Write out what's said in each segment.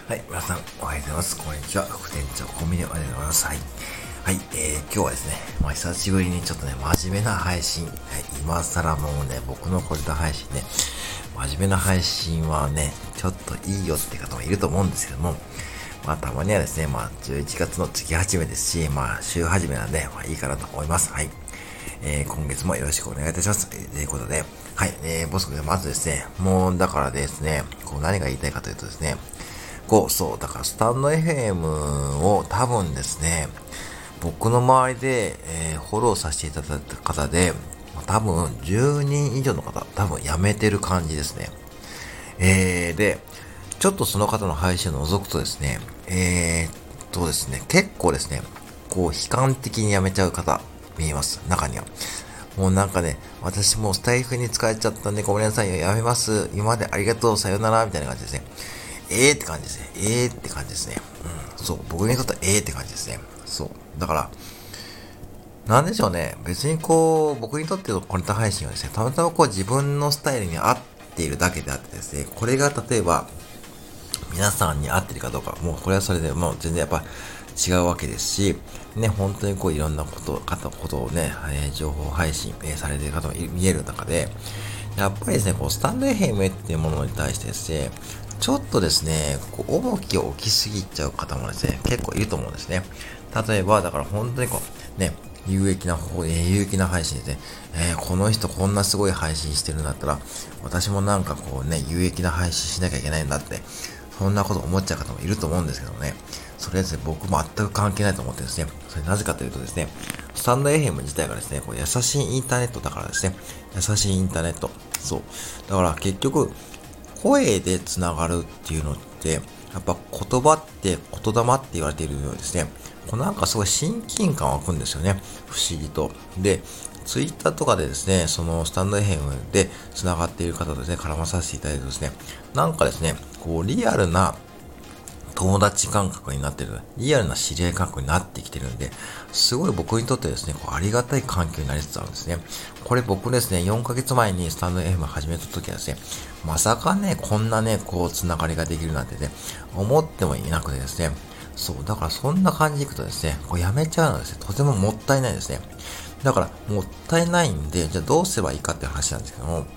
はい、皆さん、おはようございます。こんにちは。副店長コンビニおはようございます。はい。はい、今日はですね、久しぶりにちょっとね、真面目な配信。はい、今更もうね、僕のこれた配信ね、真面目な配信はね、ちょっといいよって方もいると思うんですけども、たまにはですね、11月の月始めですし、週始めなんで、いいかなと思います。はい。今月もよろしくお願いいたします。ということで、はい、僕がまずですね、もうだからですね、何が言いたいかというとですね、だからスタンド FM を多分ですね、僕の周りで、フォローさせていただいた方で、多分10人以上の方、多分辞めてる感じですね。で、ちょっとその方の配信を覗くとですね、ですね、結構ですね、悲観的に辞めちゃう方、見えます。中には。もうなんかね、私もうスタイフに疲れちゃったんでごめんなさいよ、やめます。今までありがとう、さよなら、みたいな感じですね。って感じですね。って感じですね。そう。僕にとってはって感じですね。そう。だから、なんでしょうね。別に僕にとってのコンテンツ配信はですね、たまたま自分のスタイルに合っているだけであってですね、これが例えば、皆さんに合ってるかどうか、もうこれはそれでもう全然やっぱ違うわけですし、ね、本当にいろんなことをね、情報配信、されている方も見える中で、やっぱりですね、スタンド FM っていうものに対してですね、ちょっとですね、重きを置きすぎちゃう方もですね、結構いると思うんですね。例えば、だから本当にね、有益な配信ですね。この人こんなすごい配信してるんだったら、私もなんか有益な配信しなきゃいけないんだって、そんなこと思っちゃう方もいると思うんですけどね。それですね、僕全く関係ないと思ってですね。それなぜかというとですね、スタンド FM 自体がですね、優しいインターネットだからですね。優しいインターネット。そう。だから結局、声でつながるっていうのって、やっぱ言霊って言われているようですね。なんかすごい親近感湧くんですよね。不思議と。で、ツイッターとかでですね、そのスタンド FM で繋がっている方とですね、絡まさせていただいてですね、なんかですね、リアルな友達感覚になってる、リアルな知り合い感覚になってきてるんで、すごい僕にとってですね、ありがたい環境になりつつあるんですね。これ僕ですね、4ヶ月前にスタンド FM 始めた時はですね、まさかね、こんなね、つながりができるなんてね、思ってもいなくてですね、そう、だからそんな感じでいくとですね、やめちゃうのはですね、とてももったいないですね。だから、もったいないんで、じゃあどうすればいいかっていう話なんですけども、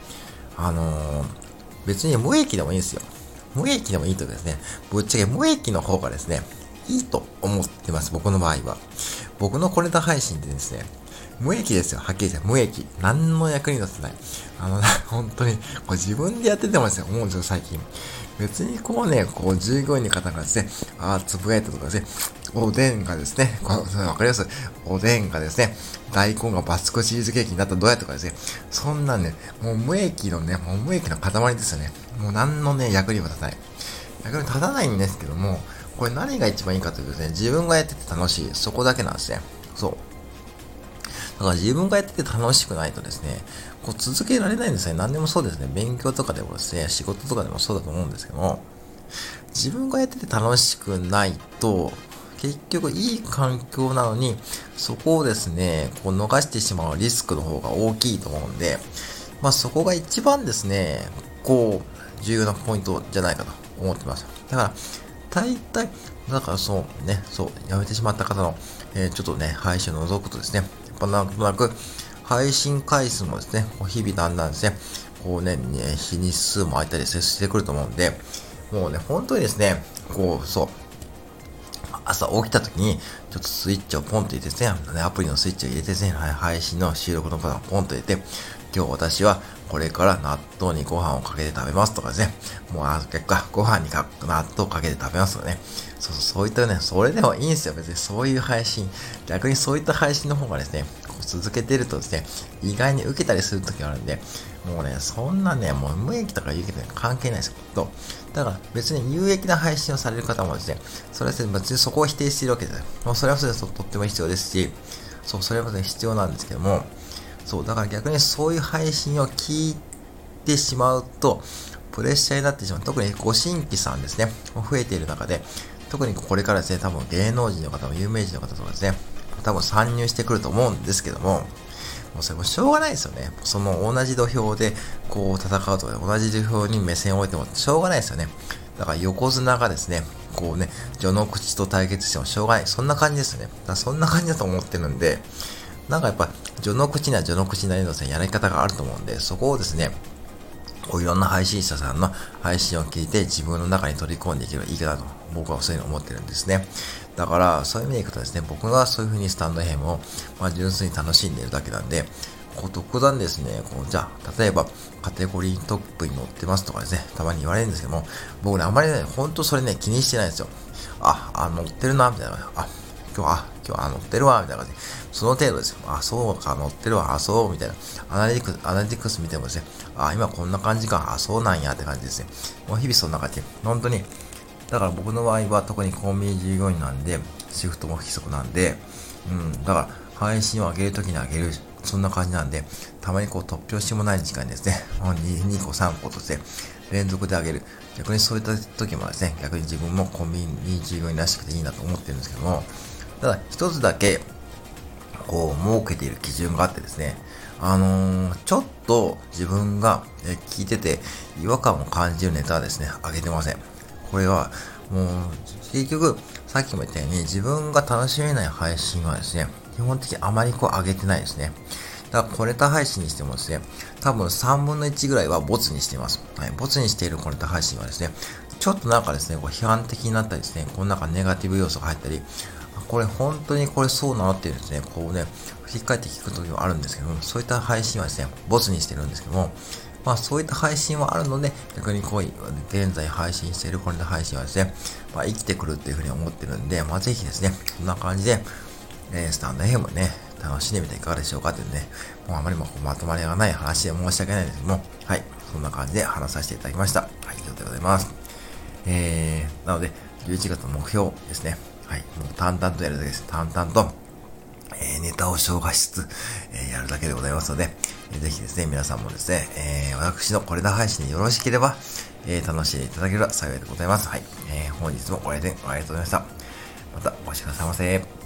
別に無益でもいいんですよ。無益でもいいとですね、ぶっちゃけ無益の方がですね、いいと思ってます、僕の場合は。僕のコネタ配信ってですね、無益ですよ、はっきり言って無益。何の役に立ってない。本当に、自分でやっててもですね、思うんですよ、最近。別に従業員の方がですね、つぶやいたとかですね、おでんがですね、わかります？おでんがですね、大根がバスクチーズケーキになったらどうやとかですね、そんなんね、もう無益の塊ですよね。もう何のね、役にも立たない。役に立たないんですけども、これ何が一番いいかというとですね、自分がやってて楽しい。そこだけなんですね。そう。だから自分がやってて楽しくないとですね、続けられないんですね。何でもそうですね。勉強とかでもですね、仕事とかでもそうだと思うんですけども、自分がやってて楽しくないと、結局いい環境なのに、そこをですね、逃してしまうリスクの方が大きいと思うんで、そこが一番ですね、重要なポイントじゃないかと思ってます。だから、大体、やめてしまった方の、ちょっとね、配信を除くとですね、やっぱなんとなく、配信回数もですね、日々だんだんですね、日に数も空いたりしてくると思うんで、もうね、本当にですね、朝起きた時に、ちょっとスイッチをポンと入れてですね、アプリのスイッチを入れてですね、配信の収録のボタンをポンと入れて、今日私はこれから納豆にご飯をかけて食べますとかですね、もう結果、ご飯に納豆をかけて食べますとかね、そういったね、それでもいいんですよ、別にそういう配信、逆にそういった配信の方がですね、続けてるとですね、意外に受けたりする時があるんで、もうね、そんなね、もう無益とか有益とか関係ないですよ。だから別に有益な配信をされる方もですね、それは別にそこを否定しているわけですよ。もうそれはそれでとっても必要ですし、それは必要なんですけども、だから逆にそういう配信を聞いてしまうと、プレッシャーになってしまう。特にご新規さんですね、増えている中で、特にこれからですね、多分芸能人の方も有名人の方とかですね、多分参入してくると思うんですけども、もうそれもしょうがないですよね。その同じ土俵で戦うとか、同じ土俵に目線を置いてもしょうがないですよね。だから横綱がですね、 こうね、序の口と対決してもしょうがない。そんな感じですね。だからそんな感じだと思ってるんで、なんかやっぱ、序の口には序の口なりのですね、やり方があると思うんで、そこをですね、こういろんな配信者さんの配信を聞いて自分の中に取り込んでいけばいいかなと、僕はそういうふうに思ってるんですね。だから、そういう意味でいくとですね、僕はそういうふうにスタンドFMを、純粋に楽しんでいるだけなんで、こう、特段ですね、じゃあ、例えば、カテゴリートップに載ってますとかですね、たまに言われるんですけども、僕ね、あまりね、ほんとそれね、気にしてないんですよ。載ってるな、みたいな。今日乗ってるわ、みたいな感じで。その程度ですよ。そうか、乗ってるわ、そう、みたいな。アナリティクス見てもですね、今こんな感じか、そうなんやって感じですね。もう日々そんな感じで、本当に、だから僕の場合は特にコンビニ従業員なんで、シフトも不規則なんで、だから配信を上げるときに上げる、そんな感じなんで、たまにこう突拍子もない時間にですね、2個3個として連続で上げる。逆にそういった時もですね、逆に自分もコンビニ従業員らしくていいなと思ってるんですけども、ただ一つだけ、こう設けている基準があってですね、ちょっと自分が聞いてて違和感を感じるネタはですね、上げてません。これは、もう、結局、さっきも言ったように自分が楽しめない配信はですね、基本的にあまりこう上げてないですね。だから、コネタ配信にしてもですね、多分3分の1ぐらいはボツにしています。はい、ボツにしているコネタ配信はですね、ちょっとなんかですね、こう批判的になったりですね、このなんかネガティブ要素が入ったり、これ本当にこれそうなのっていうですね、こうね、振り返って聞く時もあるんですけども、そういった配信はですね、ボツにしてるんですけども、そういった配信はあるので、逆にこう、現在配信しているこれの配信はですね、生きてくるっていうふうに思ってるんで、ぜひですね、こんな感じで、スタンド FM をね、楽しんでみていかがでしょうかっていうね、もうあまりもまとまりがない話で申し訳ないんですけども、はい、そんな感じで話させていただきました。はい、以上でございます。なので、11月の目標ですね。はい、もう淡々とやるだけです。淡々と、ネタを消化しつつ、やるだけでございますので、ぜひですね、皆さんもですね、私のこれだ配信でよろしければ、楽しんでいただければ幸いでございます。はい、本日もご来店ありがとうございました。またお越しくださいませ。